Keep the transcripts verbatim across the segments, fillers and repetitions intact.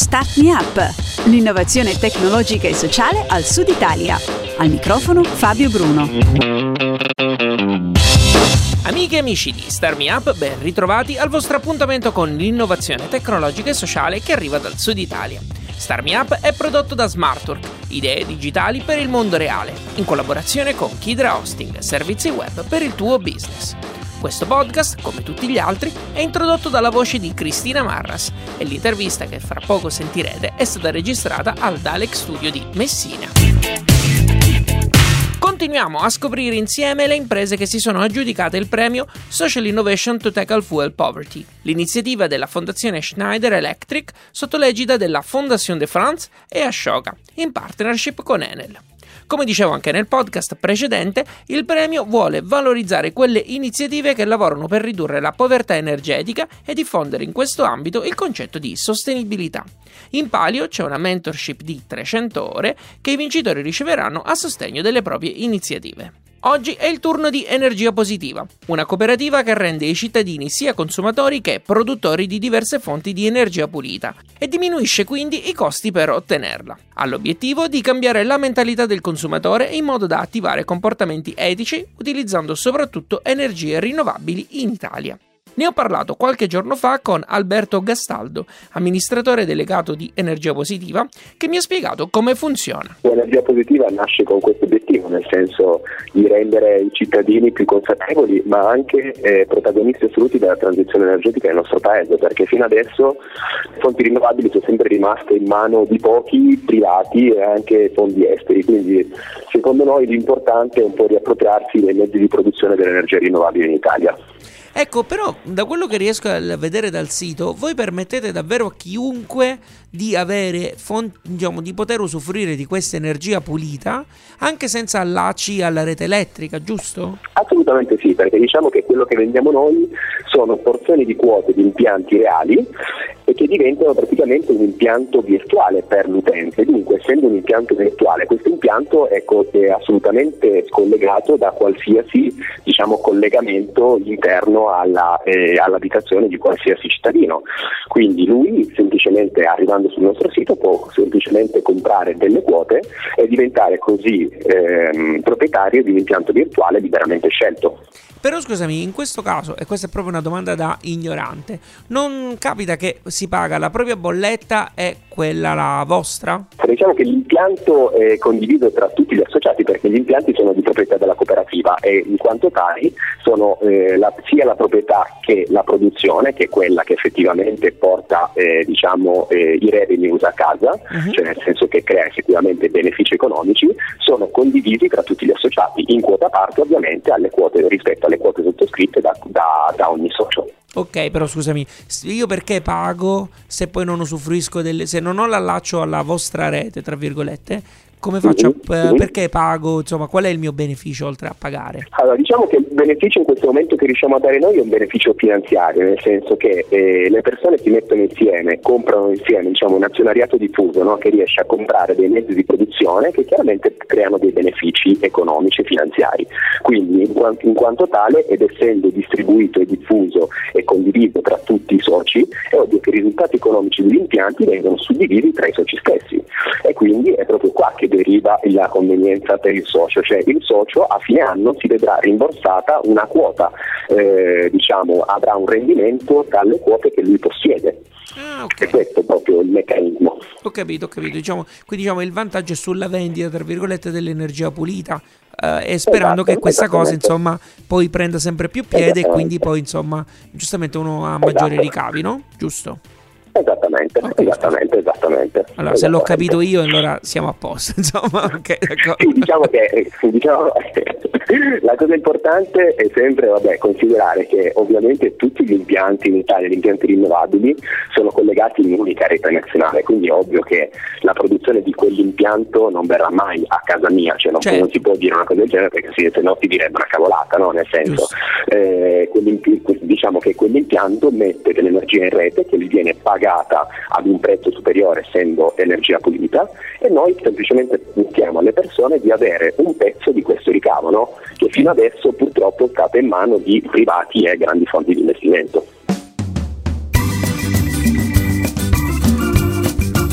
Start Me Up, l'innovazione tecnologica e sociale al Sud Italia. Al microfono Fabio Bruno. Amiche e amici di Start Me Up, ben ritrovati al vostro appuntamento con l'innovazione tecnologica e sociale che arriva dal Sud Italia. Start Me Up è prodotto da Smartwork, idee digitali per il mondo reale, in collaborazione con Kidra Hosting, servizi web per il tuo business. Questo podcast, come tutti gli altri, è introdotto dalla voce di Cristina Marras e l'intervista che fra poco sentirete è stata registrata al Dalek Studio di Messina. Continuiamo a scoprire insieme le imprese che si sono aggiudicate il premio Social Innovation to Tackle Fuel Poverty, l'iniziativa della Fondazione Schneider Electric sotto l'egida della Fondation de France e Ashoka, in partnership con Enel. Come dicevo anche nel podcast precedente, il premio vuole valorizzare quelle iniziative che lavorano per ridurre la povertà energetica e diffondere in questo ambito il concetto di sostenibilità. In palio c'è una mentorship di trecento ore che i vincitori riceveranno a sostegno delle proprie iniziative. Oggi è il turno di Energia Positiva, una cooperativa che rende i cittadini sia consumatori che produttori di diverse fonti di energia pulita e diminuisce quindi i costi per ottenerla. Ha l'obiettivo di cambiare la mentalità del consumatore in modo da attivare comportamenti etici utilizzando soprattutto energie rinnovabili in Italia. Ne ho parlato qualche giorno fa con Alberto Gastaldo, amministratore delegato di Energia Positiva, che mi ha spiegato come funziona. Energia Positiva nasce con questo obiettivo, nel senso di rendere i cittadini più consapevoli, ma anche eh, protagonisti assoluti della transizione energetica del nostro paese, perché fino adesso le fonti rinnovabili sono sempre rimaste in mano di pochi privati e anche fondi esteri, quindi secondo noi l'importante è un po' riappropriarsi dei mezzi di produzione dell'energia rinnovabile in Italia. Ecco, però da quello che riesco a vedere dal sito, voi permettete davvero a chiunque di avere fonti, diciamo, di poter usufruire di questa energia pulita anche senza allacci alla rete elettrica, giusto? Assolutamente sì, perché diciamo che quello che vendiamo noi sono porzioni di quote di impianti reali e che diventano praticamente un impianto virtuale per l'utente. Dunque, essendo un impianto virtuale, questo impianto è, co- è assolutamente scollegato da qualsiasi, diciamo, collegamento interno alla, eh, all'abitazione di qualsiasi cittadino. Quindi lui, semplicemente arrivando sul nostro sito, può semplicemente comprare delle quote e diventare così ehm, proprietario di un impianto virtuale liberamente scelto. Però scusami, in questo caso, e questa è proprio una domanda da ignorante, non capita che si paga la propria bolletta e quella la vostra? Diciamo che l'impianto è condiviso tra tutti gli associati, perché gli impianti sono di proprietà della cooperativa e in quanto tali sono eh, la, sia la proprietà che la produzione, che è quella che effettivamente porta eh, diciamo eh, i revenues a casa, uh-huh. Cioè nel senso che crea sicuramente benefici economici, sono condivisi tra tutti gli associati, in quota parte ovviamente alle quote rispetto alle quote sottoscritte da, da, da ogni socio. Ok, però scusami, io perché pago se poi non usufruisco delle, se non ho l'allaccio alla vostra rete, tra virgolette, come faccio? Mm-hmm. A, perché pago? Insomma, qual è il mio beneficio oltre a pagare? Allora, diciamo che il beneficio in questo momento che riusciamo a dare noi è un beneficio finanziario, nel senso che eh, le persone si mettono insieme, comprano insieme, diciamo, un azionariato diffuso, no? Che riesce a comprare dei mezzi di produzione che chiaramente creano dei benefici economici e finanziari. Quindi in quanto, in quanto tale, ed essendo distribuito e diffuso e condiviso tra tutti i soci, è ovvio che i risultati economici degli impianti vengono suddivisi tra i soci stessi e quindi è proprio qua che deriva la convenienza per il socio, cioè il socio a fine anno si vedrà rimborsata una quota, eh, diciamo avrà un rendimento dalle quote che lui possiede. Ah, okay. E questo è proprio il meccanismo. Ho capito, ho capito. Diciamo, quindi diciamo il vantaggio è sulla vendita, tra virgolette, dell'energia pulita, eh, e sperando esatto, che questa cosa insomma poi prenda sempre più piede e quindi poi insomma giustamente uno ha maggiori esatto. ricavi, no? Giusto? Esattamente, okay, esattamente, esattamente. Allora, esattamente. se l'ho capito io, allora siamo a posto, insomma, ok, d'accordo. Sì, diciamo che diciamo, la cosa importante è sempre, vabbè, considerare che ovviamente tutti gli impianti in Italia, gli impianti rinnovabili, sono collegati in un'unica rete nazionale, quindi è ovvio che la produzione di quell'impianto non verrà mai a casa mia, cioè non, certo. non si può dire una cosa del genere perché se, se no ti direbbe una cavolata, no? Nel senso, eh, diciamo che quell'impianto mette dell'energia in rete che gli viene pagata ad un prezzo superiore essendo energia pulita e noi semplicemente puntiamo alle persone di avere un pezzo di questo ricavo, no? Che fino adesso purtroppo è stato in mano di privati e grandi fonti di investimento.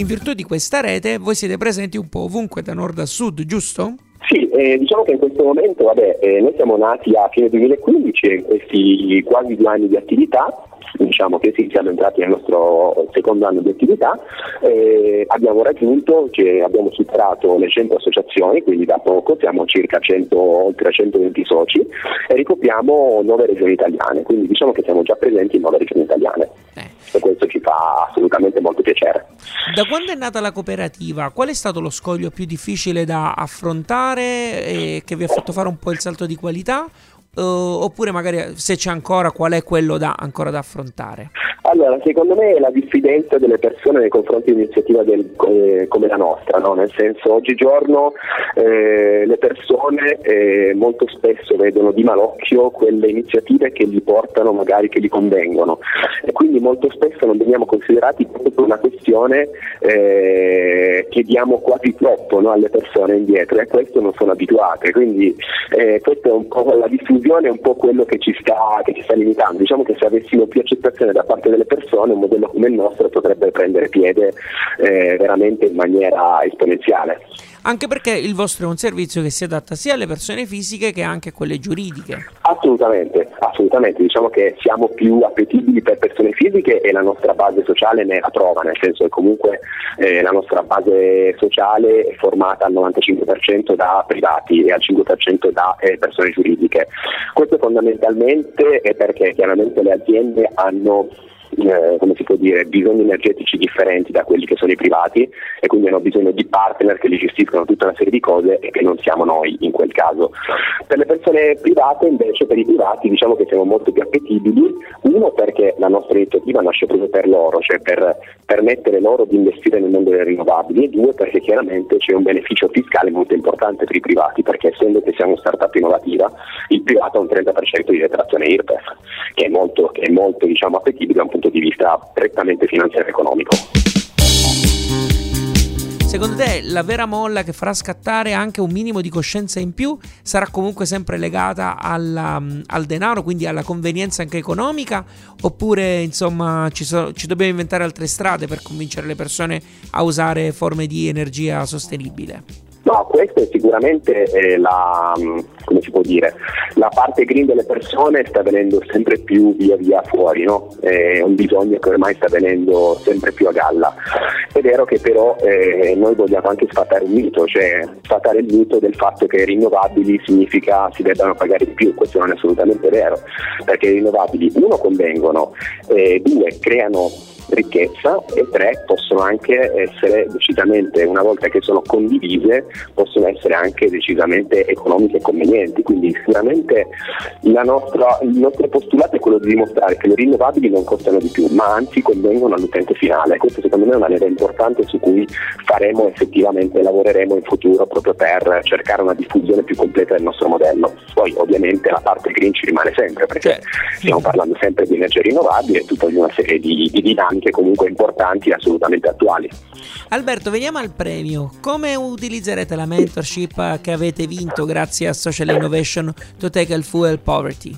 virtù di questa rete voi siete presenti un po' ovunque, da nord a sud, giusto? Sì, eh, diciamo che in questo momento, vabbè, eh, noi siamo nati a fine duemilaquindici e in questi quasi due anni di attività, diciamo che sì, siamo entrati nel nostro secondo anno di attività, eh, abbiamo raggiunto, cioè, abbiamo superato le cento associazioni, quindi da poco siamo circa cento, oltre centoventi soci e ricopriamo nove regioni italiane, quindi diciamo che siamo già presenti in nove regioni italiane. Eh. E questo ci fa assolutamente molto piacere. Da quando è nata la cooperativa, qual è stato lo scoglio più difficile da affrontare e che vi ha fatto fare un po' il salto di qualità? Uh, oppure magari, se c'è ancora, qual è quello da ancora da affrontare? Allora, secondo me è la diffidenza delle persone nei confronti di un'iniziativa del, eh, come la nostra, no? Nel senso, oggigiorno eh, le persone eh, molto spesso vedono di malocchio quelle iniziative che gli portano, magari che gli convengono, e quindi molto spesso non veniamo considerati proprio per una questione eh, che diamo quasi troppo, no, alle persone indietro, e a questo non sono abituate, quindi eh, questa è un po' la diffusione, è un po' quello che ci sta, che ci sta limitando. Diciamo che se avessimo più accettazione da parte delle persone, un modello come il nostro potrebbe prendere piede eh, veramente in maniera esponenziale. Anche perché il vostro è un servizio che si adatta sia alle persone fisiche che anche a quelle giuridiche. Assolutamente, assolutamente. Diciamo che siamo più appetibili per persone fisiche e la nostra base sociale ne è la prova, nel senso che comunque eh, la nostra base sociale è formata al novantacinque per cento da privati e al cinque per cento da eh, persone giuridiche. Questo fondamentalmente è perché chiaramente le aziende hanno Eh, come si può dire, bisogni energetici differenti da quelli che sono i privati e quindi hanno bisogno di partner che li gestiscono tutta una serie di cose e che non siamo noi in quel caso. Per le persone private invece, per i privati diciamo che siamo molto più appetibili, uno perché la nostra iniziativa nasce proprio per loro, cioè per permettere loro di investire nel mondo delle rinnovabili, e due perché chiaramente c'è un beneficio fiscale molto importante per i privati, perché essendo che siamo startup innovativa il privato ha un trenta per cento di detrazione I R P E F, che è molto, che è molto diciamo appetibile da un punto di vista prettamente finanziario e economico. Secondo te la vera molla che farà scattare anche un minimo di coscienza in più sarà comunque sempre legata alla, al denaro, quindi alla convenienza anche economica, oppure insomma ci, so, ci dobbiamo inventare altre strade per convincere le persone a usare forme di energia sostenibile? No, questa è sicuramente eh, la, come si può dire, la parte green delle persone sta venendo sempre più via via fuori, no? È un bisogno che ormai sta venendo sempre più a galla. È vero che però eh, noi vogliamo anche sfatare un mito, cioè sfatare il mito del fatto che rinnovabili significa si debbano pagare di più. Questo non è assolutamente vero, perché i rinnovabili uno convengono, eh, due creano ricchezza e tre possono anche essere decisamente, una volta che sono condivise, possono essere anche decisamente economiche e convenienti. Quindi sicuramente la nostra, il nostro postulato è quello di dimostrare che le rinnovabili non costano di più, ma anzi convengono all'utente finale. Questo secondo me è una leva importante su cui faremo effettivamente, lavoreremo in futuro proprio per cercare una diffusione più completa del nostro modello. Poi ovviamente la parte green ci rimane sempre, perché certo, stiamo parlando sempre di energie rinnovabili e tutta una serie di, di dinamiche comunque importanti e assolutamente attuali. Alberto, veniamo al premio. Come utilizzerete la mentorship che avete vinto grazie a Social Innovation to Tackle Fuel Poverty?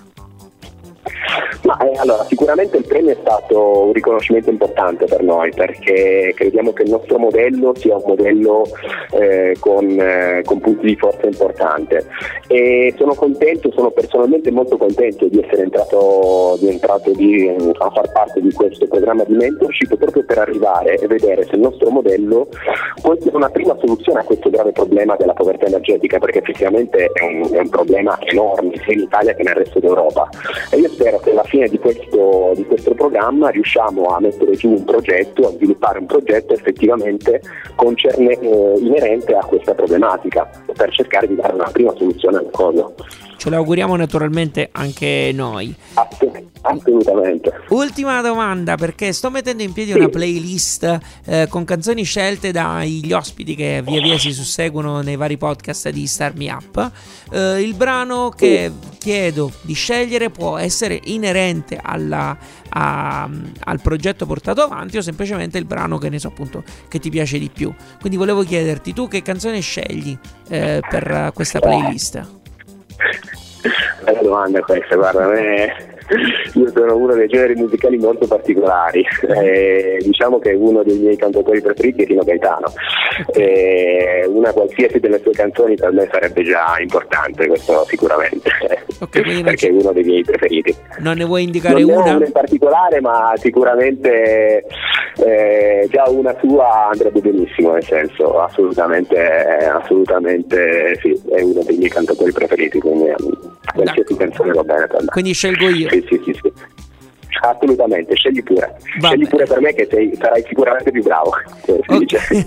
Ma eh, allora sicuramente il premio è stato un riconoscimento importante per noi, perché crediamo che il nostro modello sia un modello eh, con, eh, con punti di forza importante, e sono contento, sono personalmente molto contento di essere entrato, di entrato di, a far parte di questo programma di mentorship, proprio per arrivare e vedere se il nostro modello può essere una prima soluzione a questo grave problema della povertà energetica, perché effettivamente è un, è un problema enorme sia in Italia che nel resto d'Europa, e io spero che alla fine di questo, di questo programma riusciamo a mettere giù un progetto, a sviluppare un progetto effettivamente concerne, eh, inerente a questa problematica, per cercare di dare una prima soluzione alla cosa. Ce lo auguriamo naturalmente anche noi. Assolutamente. Ultima domanda, perché sto mettendo in piedi una playlist eh, con canzoni scelte dagli ospiti che via via si susseguono nei vari podcast di Start Me Up. Eh, il brano che chiedo di scegliere può essere inerente alla, a, al progetto portato avanti, o semplicemente il brano che ne so appunto che ti piace di più. Quindi volevo chiederti, tu che canzone scegli eh, per questa playlist? Bella domanda questa, guarda, a me io sono uno dei generi musicali molto particolari, eh, diciamo che uno dei miei cantatori preferiti è Rino Gaetano, eh, una qualsiasi delle sue canzoni per me sarebbe già importante, questo sicuramente, okay, perché è uno dei miei preferiti. Non ne vuoi indicare non una? una in particolare, ma sicuramente eh, già una sua andrebbe benissimo, nel senso assolutamente, assolutamente sì, è uno dei miei cantatori preferiti, quindi qualsiasi canzone va bene per me. Quindi scelgo io? Sì, sì, sì, sì. Assolutamente, scegli pure. Va scegli bene. Pure per me che sei, sarai sicuramente più bravo. Okay.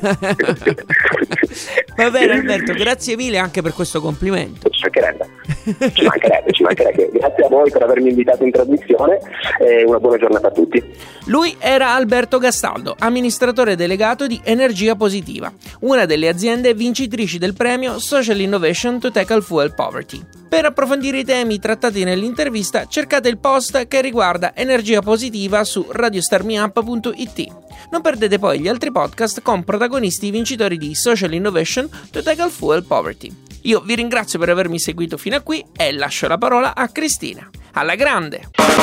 Va bene Alberto, grazie mille anche per questo complimento. Ci mancherebbe, ci mancherebbe, ci mancherebbe. Grazie a voi per avermi invitato in trasmissione e una buona giornata a tutti. Lui era Alberto Gastaldo, amministratore delegato di Energia Positiva, una delle aziende vincitrici del premio Social Innovation to Tackle Fuel Poverty. Per approfondire i temi trattati nell'intervista cercate il post che riguarda Energia Positiva su radio star me up punto it. Non perdete poi gli altri podcast con protagonisti vincitori di Social Innovation to Tackle Fuel Poverty. Io vi ringrazio per avermi seguito fino a qui e lascio la parola a Cristina. Alla grande!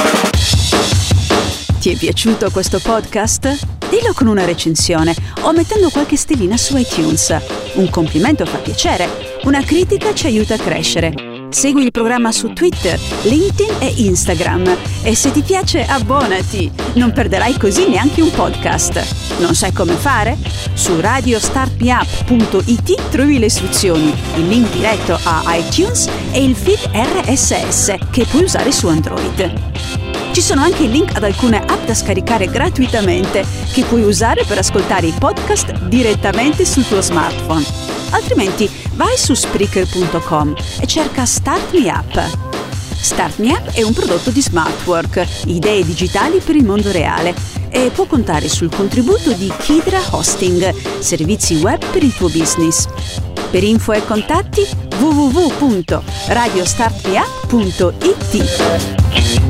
Ti è piaciuto questo podcast? Dillo con una recensione o mettendo qualche stellina su iTunes. Un complimento fa piacere, una critica ci aiuta a crescere. Segui il programma su Twitter, LinkedIn e Instagram e se ti piace abbonati, non perderai così neanche un podcast. Non sai come fare? Su radio start me up punto it trovi le istruzioni, il link diretto a iTunes e il feed R S S che puoi usare su Android. Ci sono anche i link ad alcune app da scaricare gratuitamente che puoi usare per ascoltare i podcast direttamente sul tuo smartphone. Altrimenti vai su Spreaker punto com e cerca Start Me Up. Start Me Up è un prodotto di Smartwork, idee digitali per il mondo reale, e può contare sul contributo di Kidra Hosting, servizi web per il tuo business. Per info e contatti w w w punto radio start me up punto it.